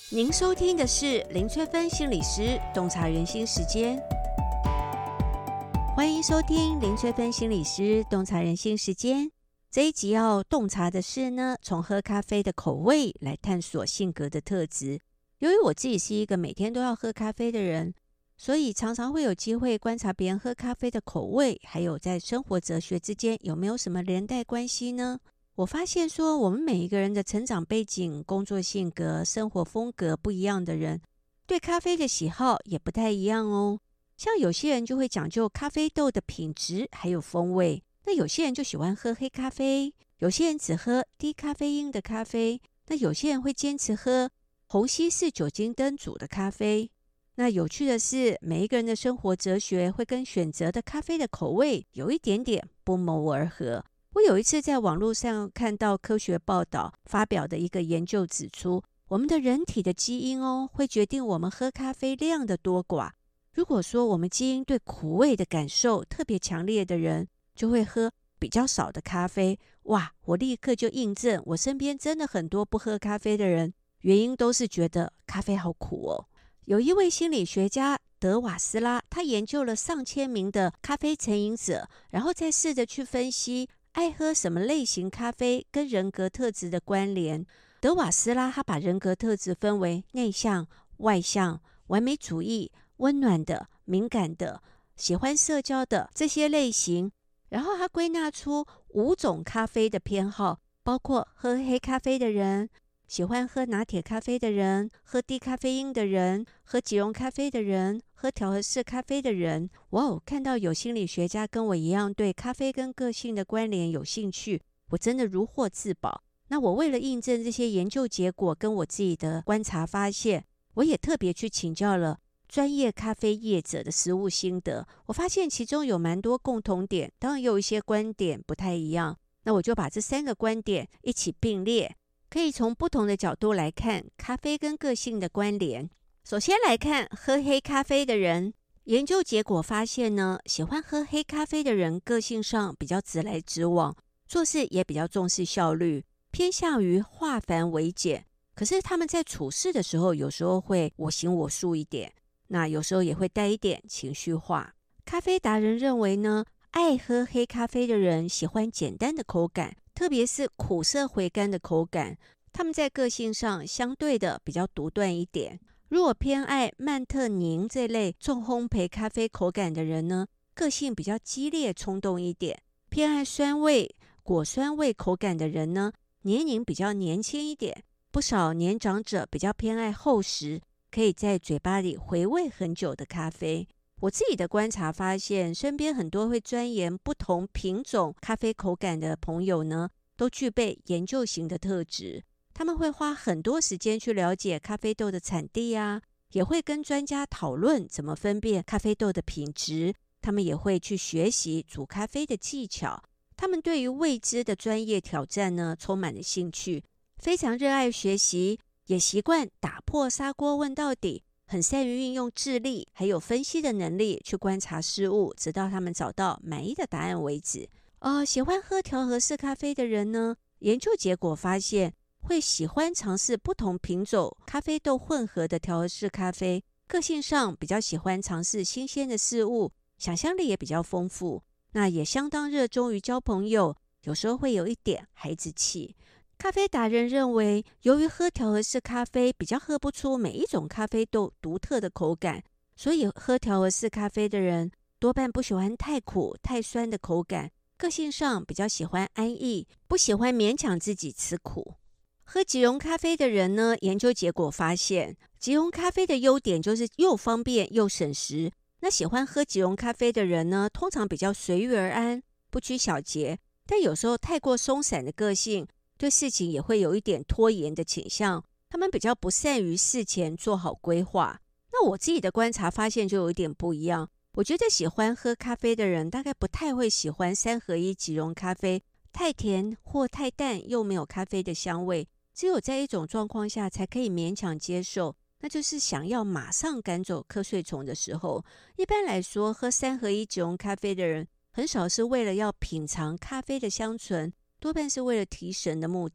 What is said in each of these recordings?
您收听的是林翠芬心理师洞察人心时间，欢迎收听林翠芬心理师洞察人心时间。这一集要洞察的是呢，从喝咖啡的口味来探索性格的特质。由于我自己是一个每天都要喝咖啡的人，所以常常会有机会观察别人喝咖啡的口味，还有在生活哲学之间有没有什么连带关系呢？我发现说，我们每一个人的成长背景、工作性格、生活风格不一样的人，对咖啡的喜好也不太一样哦。像有些人就会讲究咖啡豆的品质还有风味，那有些人就喜欢喝黑咖啡，有些人只喝低咖啡因的咖啡，那有些人会坚持喝虹吸式酒精灯煮的咖啡。那有趣的是，每一个人的生活哲学会跟选择的咖啡的口味有一点点不谋而合。我有一次在网络上看到科学报道发表的一个研究指出，我们的人体的基因会决定我们喝咖啡量的多寡。如果说我们基因对苦味的感受特别强烈的人，就会喝比较少的咖啡。哇，我立刻就印证，我身边真的很多不喝咖啡的人，原因都是觉得咖啡好苦哦。有一位心理学家德瓦斯拉，他研究了上千名的咖啡成瘾者，然后再试着去分析爱喝什么类型咖啡跟人格特质的关联。德瓦斯拉他把人格特质分为内向、外向、完美主义、温暖的、敏感的、喜欢社交的这些类型，然后他归纳出5种咖啡的偏好，包括喝黑咖啡的人、喜欢喝拿铁咖啡的人、喝低咖啡因的人、喝即溶咖啡的人、喝调和式咖啡的人。哇哦，看到有心理学家跟我一样对咖啡跟个性的关联有兴趣，我真的如获至宝。那我为了印证这些研究结果跟我自己的观察发现，我也特别去请教了专业咖啡业者的实务心得。我发现其中有蛮多共同点，当然也有一些观点不太一样。那我就把这3个观点一起并列，可以从不同的角度来看咖啡跟个性的关联。首先来看喝黑咖啡的人，研究结果发现呢，喜欢喝黑咖啡的人个性上比较直来直往，做事也比较重视效率，偏向于化繁为简。可是他们在处事的时候，有时候会我行我素一点，那有时候也会带一点情绪化。咖啡达人认为呢，爱喝黑咖啡的人喜欢简单的口感，特别是苦涩回甘的口感。他们在个性上相对的比较独断一点。如果偏爱曼特宁这类重烘焙咖啡口感的人呢，个性比较激烈冲动一点。偏爱酸味、果酸味口感的人呢，年龄比较年轻一点。不少年长者比较偏爱厚实，可以在嘴巴里回味很久的咖啡。我自己的观察发现，身边很多会钻研不同品种咖啡口感的朋友呢，都具备研究型的特质。他们会花很多时间去了解咖啡豆的产地啊，也会跟专家讨论怎么分辨咖啡豆的品质。他们也会去学习煮咖啡的技巧。他们对于未知的专业挑战呢，充满了兴趣，非常热爱学习，也习惯打破砂锅问到底，很善于运用智力还有分析的能力去观察事物，直到他们找到满意的答案为止。喜欢喝调和式咖啡的人呢，研究结果发现会喜欢尝试不同品种咖啡豆混合的调和式咖啡，个性上比较喜欢尝试新鲜的事物，想象力也比较丰富，那也相当热衷于交朋友，有时候会有一点孩子气。咖啡达人认为，由于喝调和式咖啡比较喝不出每一种咖啡豆独特的口感，所以喝调和式咖啡的人多半不喜欢太苦太酸的口感，个性上比较喜欢安逸，不喜欢勉强自己吃苦。喝即溶咖啡的人呢，研究结果发现，即溶咖啡的优点就是又方便又省时。那喜欢喝即溶咖啡的人呢，通常比较随遇而安，不拘小节，但有时候太过松散的个性，对事情也会有一点拖延的倾向。他们比较不善于事前做好规划。那我自己的观察发现就有一点不一样。我觉得喜欢喝咖啡的人大概不太会喜欢3合1即溶咖啡，太甜或太淡又没有咖啡的香味。只有在一种状况下才可以勉强接受，那就是想要马上赶走瞌睡虫的时候。一般来说，喝3合1即溶咖啡的人很少是为了要品尝咖啡的香醇，多半是为了提神的目的。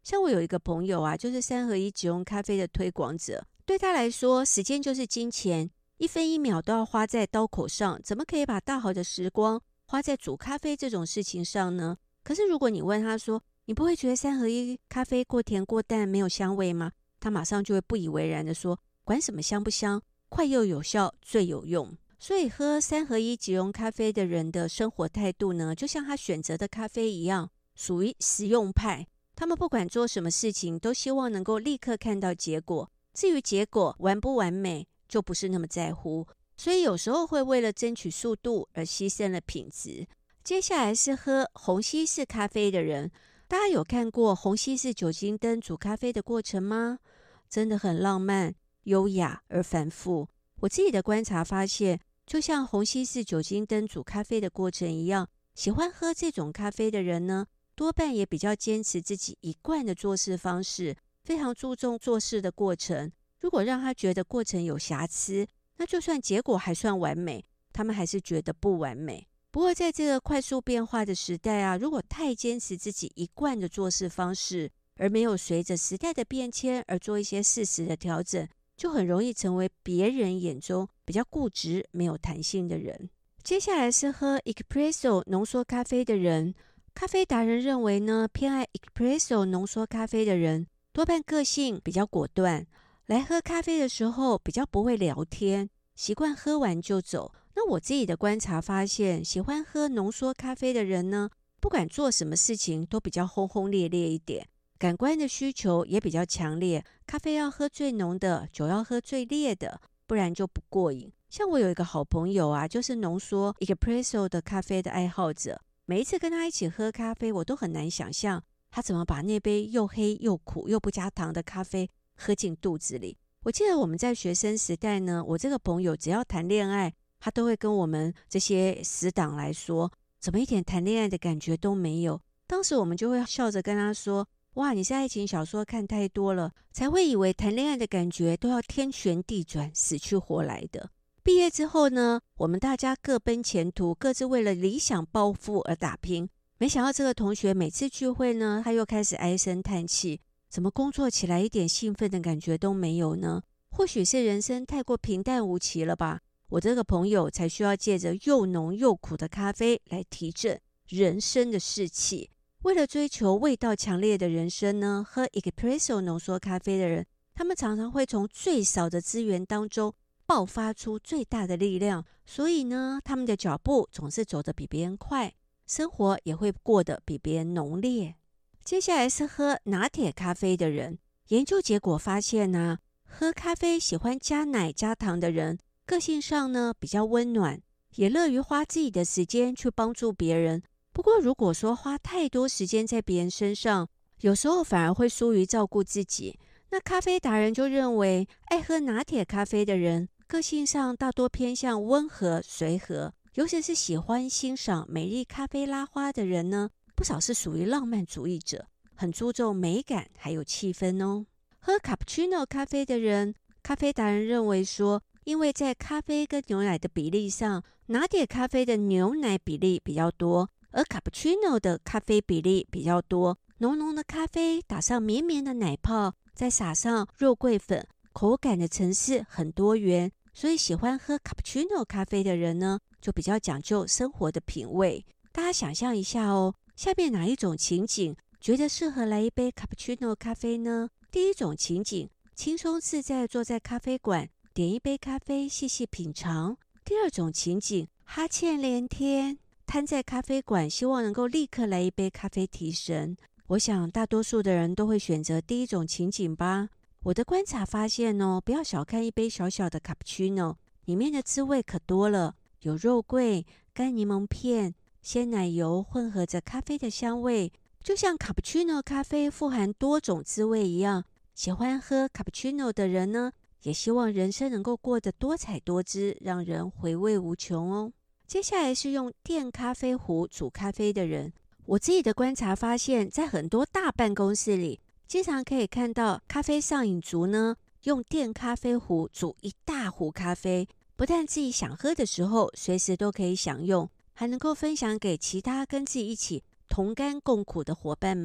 像我有一个朋友啊，就是三合一即溶咖啡的推广者，对他来说，时间就是金钱，一分一秒都要花在刀口上，怎么可以把大好的时光花在煮咖啡这种事情上呢？可是如果你问他说，你不会觉得三合一咖啡过甜过淡没有香味吗？他马上就会不以为然的说，管什么香不香，快又有效，最有用。所以喝三合一即溶咖啡的人的生活态度呢，就像他选择的咖啡一样，属于实用派。他们不管做什么事情，都希望能够立刻看到结果。至于结果完不完美，就不是那么在乎。所以有时候会为了争取速度而牺牲了品质。接下来是喝虹吸式咖啡的人，大家有看过虹吸式酒精灯煮咖啡的过程吗？真的很浪漫、优雅而繁复。我自己的观察发现，就像虹吸式酒精灯煮咖啡的过程一样，喜欢喝这种咖啡的人呢，多半也比较坚持自己一贯的做事方式，非常注重做事的过程。如果让他觉得过程有瑕疵，那就算结果还算完美，他们还是觉得不完美。不过在这个快速变化的时代啊，如果太坚持自己一贯的做事方式，而没有随着时代的变迁而做一些适时的调整，就很容易成为别人眼中比较固执、没有弹性的人。接下来是喝 Espresso 浓缩咖啡的人。咖啡达人认为呢，偏爱 Espresso 浓缩咖啡的人，多半个性比较果断，来喝咖啡的时候比较不会聊天，习惯喝完就走。那我自己的观察发现，喜欢喝浓缩咖啡的人呢，不管做什么事情都比较轰轰烈烈一点，感官的需求也比较强烈，咖啡要喝最浓的，酒要喝最烈的，不然就不过瘾。像我有一个好朋友啊，就是浓缩 Espresso 的咖啡的爱好者，每一次跟他一起喝咖啡，我都很难想象他怎么把那杯又黑又苦又不加糖的咖啡喝进肚子里。我记得我们在学生时代呢，我这个朋友只要谈恋爱，他都会跟我们这些死党来说，怎么一点谈恋爱的感觉都没有。当时我们就会笑着跟他说，哇，你是爱情小说看太多了，才会以为谈恋爱的感觉都要天旋地转、死去活来的。毕业之后呢，我们大家各奔前途，各自为了理想抱负而打拼。没想到这个同学每次聚会呢，他又开始唉声叹气，怎么工作起来一点兴奋的感觉都没有呢？或许是人生太过平淡无奇了吧。我这个朋友才需要借着又浓又苦的咖啡来提振人生的士气。为了追求味道强烈的人生呢，喝 Espresso 浓缩咖啡的人，他们常常会从最少的资源当中爆发出最大的力量，所以呢，他们的脚步总是走得比别人快，生活也会过得比别人浓烈。接下来是喝拿铁咖啡的人，研究结果发现啊，喝咖啡喜欢加奶加糖的人，个性上呢比较温暖，也乐于花自己的时间去帮助别人。不过如果说花太多时间在别人身上，有时候反而会疏于照顾自己。那咖啡达人就认为，爱喝拿铁咖啡的人，个性上大多偏向温和随和，尤其是喜欢欣赏美丽咖啡拉花的人呢，不少是属于浪漫主义者，很注重美感还有气氛哦。喝 Cappuccino 咖啡的人，咖啡达人认为说，因为在咖啡跟牛奶的比例上，拿铁咖啡的牛奶比例比较多，而 Cappuccino 的咖啡比例比较多。浓浓的咖啡打上绵绵的奶泡，再撒上肉桂粉，口感的层次很多元，所以喜欢喝 Cappuccino 咖啡的人呢，就比较讲究生活的品味。大家想象一下哦，下面哪一种情景觉得适合来一杯 Cappuccino 咖啡呢？第一种情景，轻松自在坐在咖啡馆，点一杯咖啡细细品尝。第二种情景，哈欠连天，瘫在咖啡馆，希望能够立刻来一杯咖啡提神。我想大多数的人都会选择第一种情景吧。我的观察发现哦，不要小看一杯小小的 Cappuccino， 里面的滋味可多了，有肉桂、干柠檬片、鲜奶油混合着咖啡的香味，就像 Cappuccino 咖啡富含多种滋味一样。喜欢喝 Cappuccino 的人呢，也希望人生能够过得多彩多姿，让人回味无穷哦。接下来是用电咖啡壶煮咖啡的人。我自己的观察发现，在很多大办公室里，经常可以看到咖啡上瘾族呢，用电咖啡壶煮一大壶咖啡，不但自己想喝的时候随时都可以享用，还能够分享给其他跟自己一起同甘共苦的伙伴们。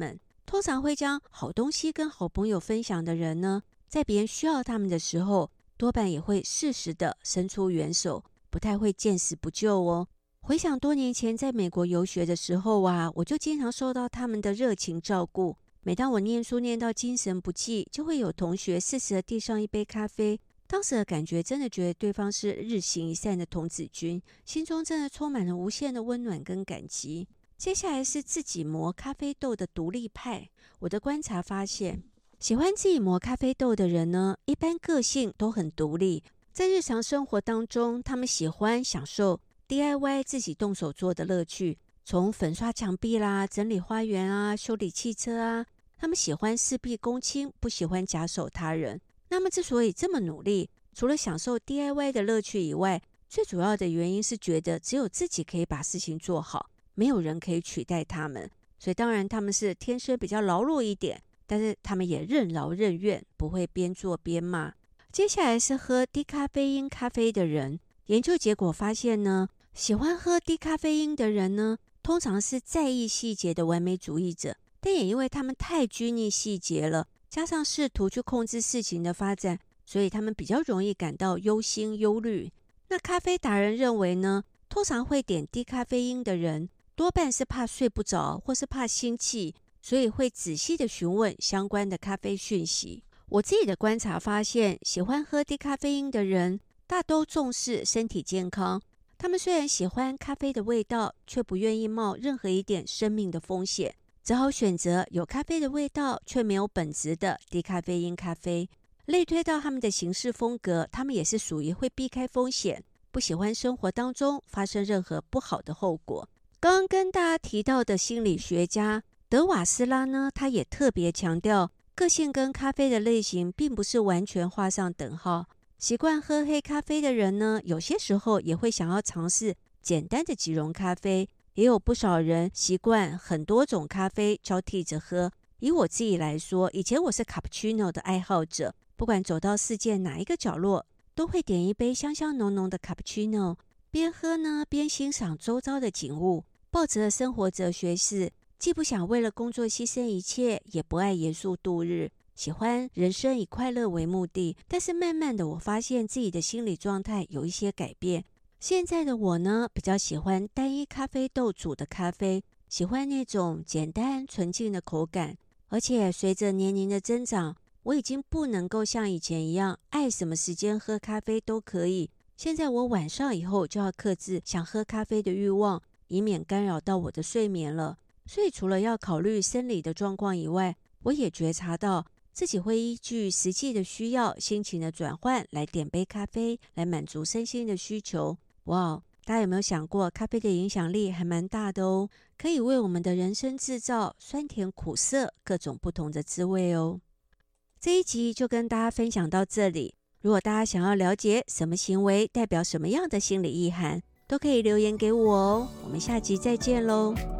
通常会将好东西跟好朋友分享的人呢，在别人需要他们的时候，多半也会适时的伸出援手，不太会见死不救哦。回想多年前在美国游学的时候啊，我就经常受到他们的热情照顾。每当我念书念到精神不济，就会有同学适时的递上一杯咖啡。当时的感觉真的觉得对方是日行一善的童子军，心中真的充满了无限的温暖跟感激。接下来是自己磨咖啡豆的独立派。我的观察发现，喜欢自己磨咖啡豆的人呢，一般个性都很独立。在日常生活当中，他们喜欢享受 DIY 自己动手做的乐趣，从粉刷墙壁啦、整理花园啊、修理汽车啊，他们喜欢事必躬亲，不喜欢假手他人。那么之所以这么努力，除了享受 DIY 的乐趣以外，最主要的原因是觉得只有自己可以把事情做好，没有人可以取代他们。所以当然他们是天生比较劳碌一点，但是他们也任劳任怨，不会边做边骂。接下来是喝低咖啡因咖啡的人。研究结果发现呢，喜欢喝低咖啡因的人呢，通常是在意细节的完美主义者，但也因为他们太拘泥细节了，加上试图去控制事情的发展，所以他们比较容易感到忧心忧虑。那咖啡达人认为呢，通常会点低咖啡因的人，多半是怕睡不着或是怕心悸，所以会仔细的询问相关的咖啡讯息。我自己的观察发现，喜欢喝低咖啡因的人大都重视身体健康。他们虽然喜欢咖啡的味道，却不愿意冒任何一点生命的风险，只好选择有咖啡的味道却没有本质的低咖啡因咖啡。类推到他们的行事风格，他们也是属于会避开风险，不喜欢生活当中发生任何不好的后果。刚刚跟大家提到的心理学家德瓦斯拉呢，他也特别强调，个性跟咖啡的类型并不是完全画上等号。习惯喝黑咖啡的人呢，有些时候也会想要尝试简单的即溶咖啡，也有不少人习惯很多种咖啡交替着喝。以我自己来说，以前我是卡布奇诺的爱好者，不管走到世界哪一个角落，都会点一杯香香浓浓的卡布奇诺，边喝呢边欣赏周遭的景物。抱着的生活哲学是，既不想为了工作牺牲一切，也不爱严肃度日，喜欢人生以快乐为目的。但是慢慢的我发现自己的心理状态有一些改变。现在的我呢，比较喜欢单一咖啡豆煮的咖啡，喜欢那种简单纯净的口感。而且随着年龄的增长，我已经不能够像以前一样爱什么时间喝咖啡都可以。现在我晚上以后就要克制想喝咖啡的欲望，以免干扰到我的睡眠了。所以除了要考虑生理的状况以外，我也觉察到自己会依据实际的需要、心情的转换来点杯咖啡，来满足身心的需求。哇，大家有没有想过，咖啡的影响力还蛮大的哦，可以为我们的人生制造酸甜苦涩各种不同的滋味哦。这一集就跟大家分享到这里。如果大家想要了解什么行为代表什么样的心理意涵，都可以留言给我哦。我们下集再见喽。